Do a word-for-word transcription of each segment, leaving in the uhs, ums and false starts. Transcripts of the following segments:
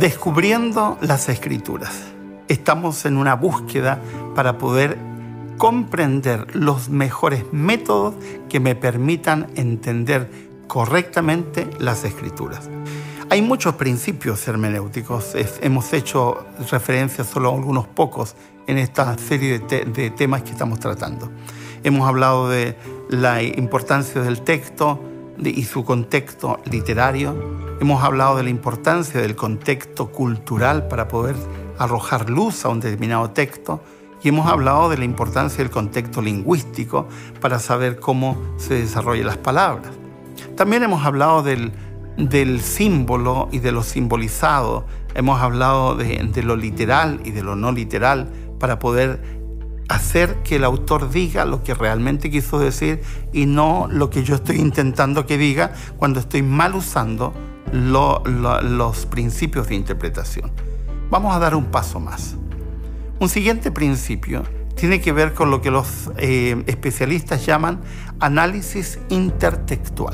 Descubriendo las Escrituras. Estamos en una búsqueda para poder comprender los mejores métodos que me permitan entender correctamente las Escrituras. Hay muchos principios hermenéuticos. Es, hemos hecho referencia solo a algunos pocos en esta serie de, te, de temas que estamos tratando. Hemos hablado de la importancia del texto de, y su contexto literario. Hemos hablado de la importancia del contexto cultural para poder arrojar luz a un determinado texto. Y hemos hablado de la importancia del contexto lingüístico para saber cómo se desarrollan las palabras. También hemos hablado del, del símbolo y de lo simbolizado. Hemos hablado de, de lo literal y de lo no literal para poder hacer que el autor diga lo que realmente quiso decir y no lo que yo estoy intentando que diga cuando estoy mal usando lo, lo, los principios de interpretación. Vamos a dar un paso más. Un siguiente principio tiene que ver con lo que los eh, especialistas llaman análisis intertextual.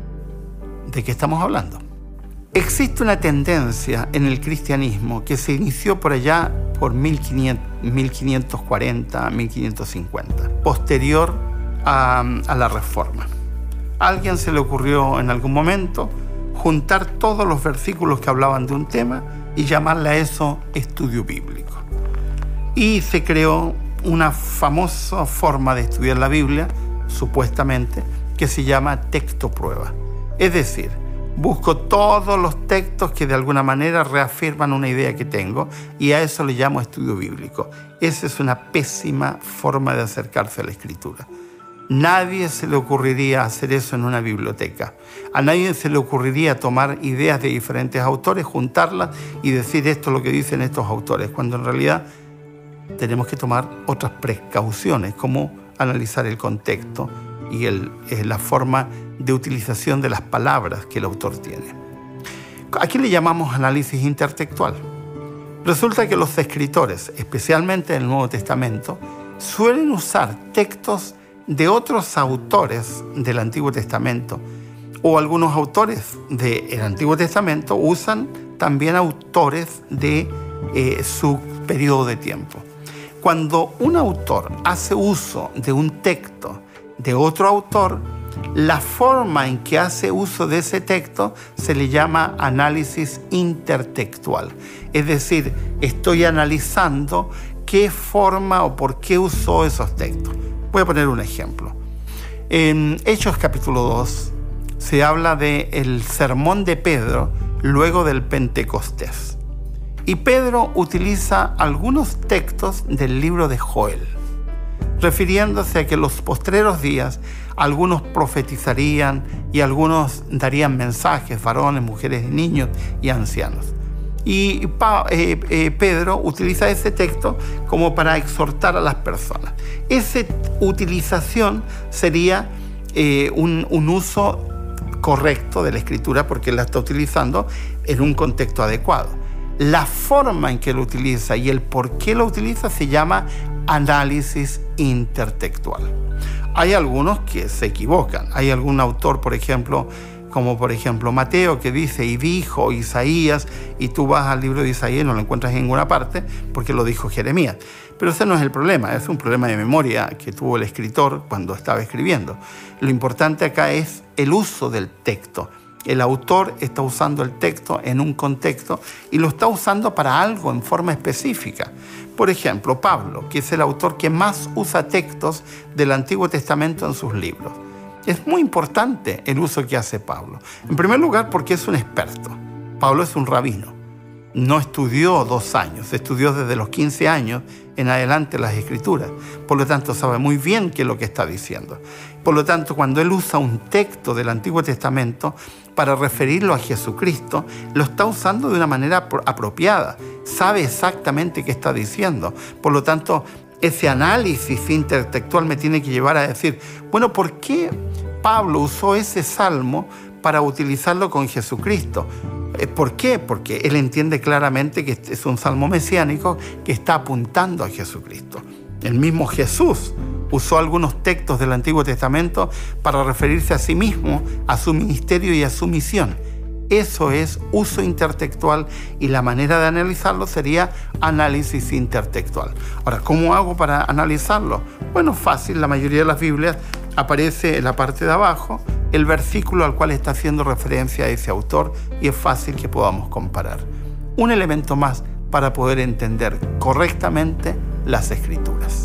¿De qué estamos hablando? Existe una tendencia en el cristianismo que se inició por allá por mil quinientos cuarenta a mil quinientos cincuenta, posterior a, a la Reforma. A alguien se le ocurrió en algún momento juntar todos los versículos que hablaban de un tema y llamarle a eso estudio bíblico. Y se creó una famosa forma de estudiar la Biblia, supuestamente, que se llama texto prueba. Es decir, busco todos los textos que de alguna manera reafirman una idea que tengo y a eso le llamo estudio bíblico. Esa es una pésima forma de acercarse a la Escritura. Nadie se le ocurriría hacer eso en una biblioteca. A nadie se le ocurriría tomar ideas de diferentes autores, juntarlas y decir esto es lo que dicen estos autores, cuando en realidad tenemos que tomar otras precauciones, como analizar el contexto y el, eh, la forma de utilización de las palabras que el autor tiene. ¿A qué le llamamos análisis intertextual? Resulta que los escritores, especialmente en el Nuevo Testamento, suelen usar textos de otros autores del Antiguo Testamento, o algunos autores del Antiguo Testamento usan también autores de eh, su periodo de tiempo. Cuando un autor hace uso de un texto de otro autor, la forma en que hace uso de ese texto se le llama análisis intertextual. Es decir, estoy analizando qué forma o por qué usó esos textos. Voy a poner un ejemplo. En Hechos capítulo dos se habla del sermón de Pedro luego del Pentecostés. Y Pedro utiliza algunos textos del libro de Joel, refiriéndose a que en los postreros días algunos profetizarían y algunos darían mensajes, varones, mujeres, niños y ancianos. Y eh, eh, Pedro utiliza ese texto como para exhortar a las personas. Esa utilización sería eh, un, un uso correcto de la Escritura porque la está utilizando en un contexto adecuado. La forma en que lo utiliza y el por qué lo utiliza se llama análisis intertextual. Hay algunos que se equivocan. Hay algún autor, por ejemplo, como por ejemplo Mateo, que dice y dijo Isaías, y tú vas al libro de Isaías y no lo encuentras en ninguna parte porque lo dijo Jeremías. Pero ese no es el problema, es un problema de memoria que tuvo el escritor cuando estaba escribiendo. Lo importante acá es el uso del texto. El autor está usando el texto en un contexto y lo está usando para algo en forma específica. Por ejemplo, Pablo, que es el autor que más usa textos del Antiguo Testamento en sus libros. Es muy importante el uso que hace Pablo. En primer lugar, porque es un experto. Pablo es un rabino. No estudió dos años, estudió desde los quince años en adelante las Escrituras. Por lo tanto, sabe muy bien qué es lo que está diciendo. Por lo tanto, cuando él usa un texto del Antiguo Testamento para referirlo a Jesucristo, lo está usando de una manera apropiada. Sabe exactamente qué está diciendo. Por lo tanto, ese análisis intertextual me tiene que llevar a decir, bueno, ¿por qué Pablo usó ese salmo para utilizarlo con Jesucristo? ¿Por qué? Porque él entiende claramente que es un salmo mesiánico que está apuntando a Jesucristo. El mismo Jesús usó algunos textos del Antiguo Testamento para referirse a sí mismo, a su ministerio y a su misión. Eso es uso intertextual y la manera de analizarlo sería análisis intertextual. Ahora, ¿cómo hago para analizarlo? Bueno, fácil. La mayoría de las Biblias aparece en la parte de abajo el versículo al cual está haciendo referencia a ese autor y es fácil que podamos comparar. Un elemento más para poder entender correctamente las Escrituras.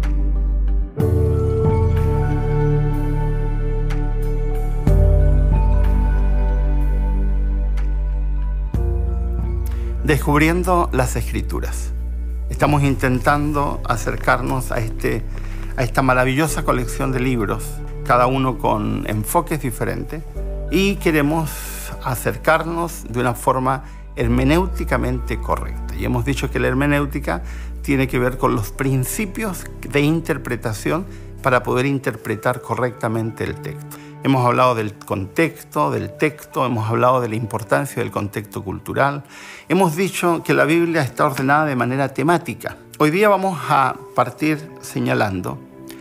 Descubriendo las Escrituras. Estamos intentando acercarnos a, este, a esta maravillosa colección de libros, cada uno con enfoques diferentes, y queremos acercarnos de una forma hermenéuticamente correcta. Y hemos dicho que la hermenéutica tiene que ver con los principios de interpretación para poder interpretar correctamente el texto. Hemos hablado del contexto, del texto, hemos hablado de la importancia del contexto cultural. Hemos dicho que la Biblia está ordenada de manera temática. Hoy día vamos a partir señalando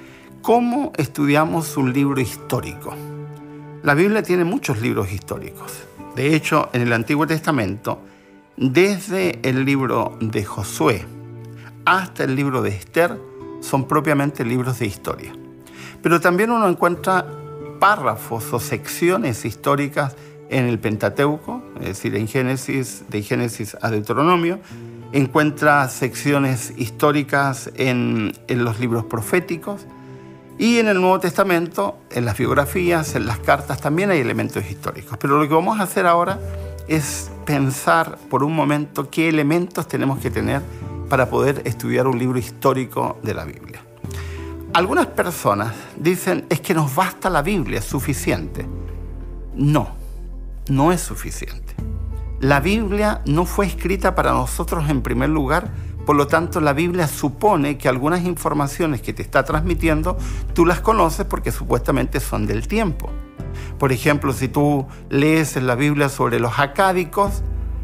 cómo estudiamos un libro histórico. La Biblia tiene muchos libros históricos. De hecho, en el Antiguo Testamento, desde el libro de Josué hasta el libro de Esther, son propiamente libros de historia. Pero también uno encuentra párrafos o secciones históricas en el Pentateuco, es decir, en Génesis, de Génesis a Deuteronomio. Encuentra secciones históricas en, en los libros proféticos. Y en el Nuevo Testamento, en las biografías, en las cartas, también hay elementos históricos. Pero lo que vamos a hacer ahora es pensar por un momento qué elementos tenemos que tener para poder estudiar un libro histórico de la Biblia. Algunas personas dicen, es que nos basta la Biblia, es suficiente. No, no es suficiente. La Biblia no fue escrita para nosotros en primer lugar, por lo tanto la Biblia supone que algunas informaciones que te está transmitiendo, tú las conoces porque supuestamente son del tiempo. Por ejemplo, si tú lees en la Biblia sobre los acádicos,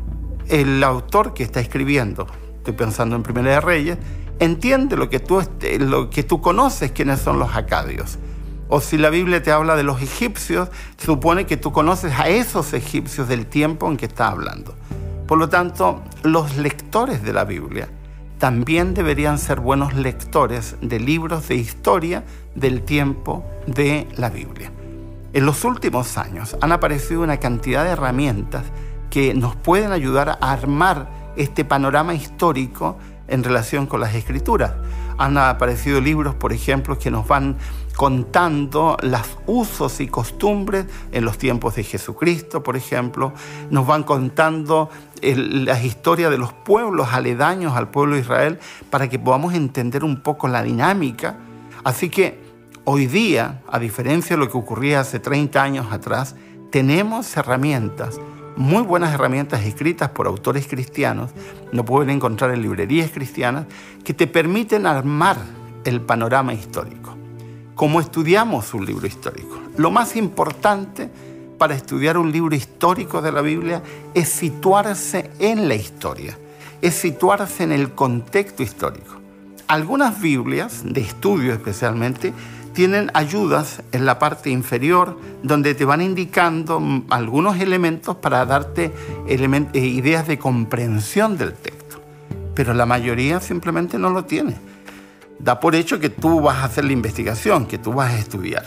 el autor que está escribiendo, estoy pensando en Primera de Reyes, entiende lo que tú, lo que tú conoces, quiénes son los acadios. O si la Biblia te habla de los egipcios, supone que tú conoces a esos egipcios del tiempo en que está hablando. Por lo tanto, los lectores de la Biblia también deberían ser buenos lectores de libros de historia del tiempo de la Biblia. En los últimos años han aparecido una cantidad de herramientas que nos pueden ayudar a armar este panorama histórico en relación con las Escrituras. Han aparecido libros, por ejemplo, que nos van contando los usos y costumbres en los tiempos de Jesucristo, por ejemplo. Nos van contando el, la historia de los pueblos aledaños al pueblo de Israel para que podamos entender un poco la dinámica. Así que hoy día, a diferencia de lo que ocurría hace treinta años atrás, tenemos herramientas, muy buenas herramientas escritas por autores cristianos, no pueden encontrar en librerías cristianas, que te permiten armar el panorama histórico. ¿Cómo estudiamos un libro histórico? Lo más importante para estudiar un libro histórico de la Biblia es situarse en la historia, es situarse en el contexto histórico. Algunas Biblias, de estudio especialmente, tienen ayudas en la parte inferior donde te van indicando algunos elementos para darte element- ideas de comprensión del texto. Pero la mayoría simplemente no lo tiene. Da por hecho que tú vas a hacer la investigación, que tú vas a estudiar.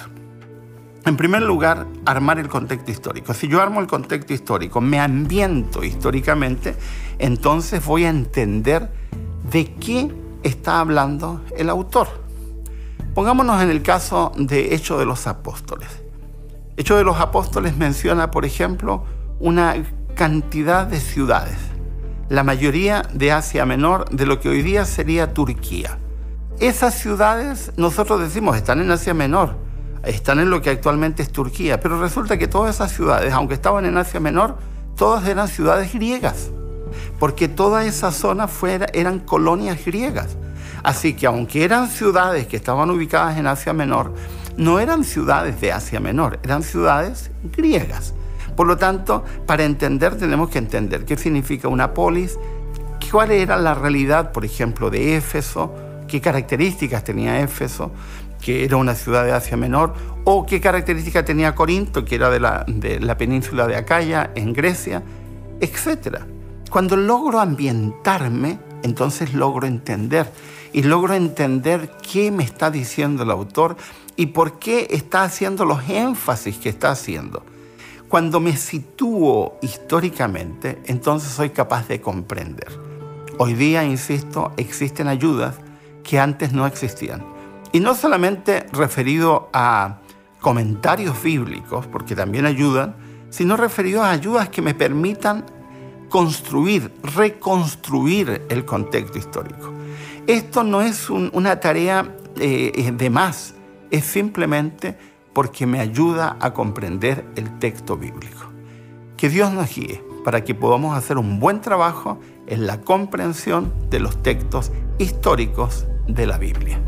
En primer lugar, armar el contexto histórico. Si yo armo el contexto histórico, me ambiento históricamente, entonces voy a entender de qué está hablando el autor. Pongámonos en el caso de Hechos de los Apóstoles. Hechos de los Apóstoles menciona, por ejemplo, una cantidad de ciudades, la mayoría de Asia Menor, de lo que hoy día sería Turquía. Esas ciudades, nosotros decimos, están en Asia Menor, están en lo que actualmente es Turquía, pero resulta que todas esas ciudades, aunque estaban en Asia Menor, todas eran ciudades griegas, porque toda esa zona fuera, eran colonias griegas. Así que aunque eran ciudades que estaban ubicadas en Asia Menor, no eran ciudades de Asia Menor, eran ciudades griegas. Por lo tanto, para entender tenemos que entender qué significa una polis, cuál era la realidad, por ejemplo, de Éfeso, qué características tenía Éfeso, que era una ciudad de Asia Menor, o qué característica tenía Corinto, que era de la, de la península de Acaya, en Grecia, etcétera. Cuando logro ambientarme, entonces logro entender, y logro entender qué me está diciendo el autor y por qué está haciendo los énfasis que está haciendo. Cuando me sitúo históricamente, entonces soy capaz de comprender. Hoy día, insisto, existen ayudas que antes no existían. Y no solamente referido a comentarios bíblicos, porque también ayudan, sino referido a ayudas que me permitan construir, reconstruir el contexto histórico. Esto no es un, una tarea eh, de más, es simplemente porque me ayuda a comprender el texto bíblico. Que Dios nos guíe para que podamos hacer un buen trabajo en la comprensión de los textos históricos de la Biblia.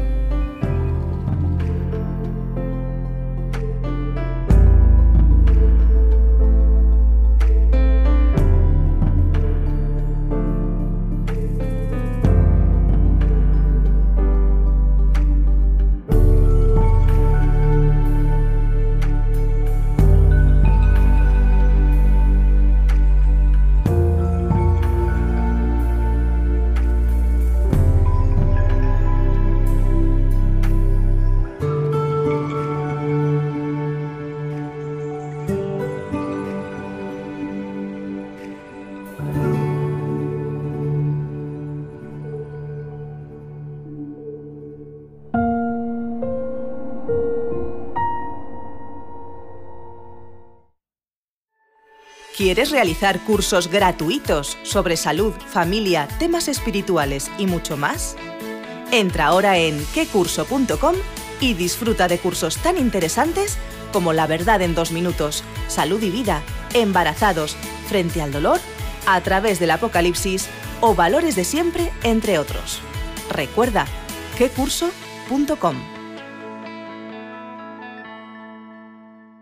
¿Quieres realizar cursos gratuitos sobre salud, familia, temas espirituales y mucho más? Entra ahora en qué curso punto com y disfruta de cursos tan interesantes como La verdad en dos minutos, Salud y vida, Embarazados, Frente al dolor, A través del Apocalipsis o Valores de siempre, entre otros. Recuerda, qué curso punto com.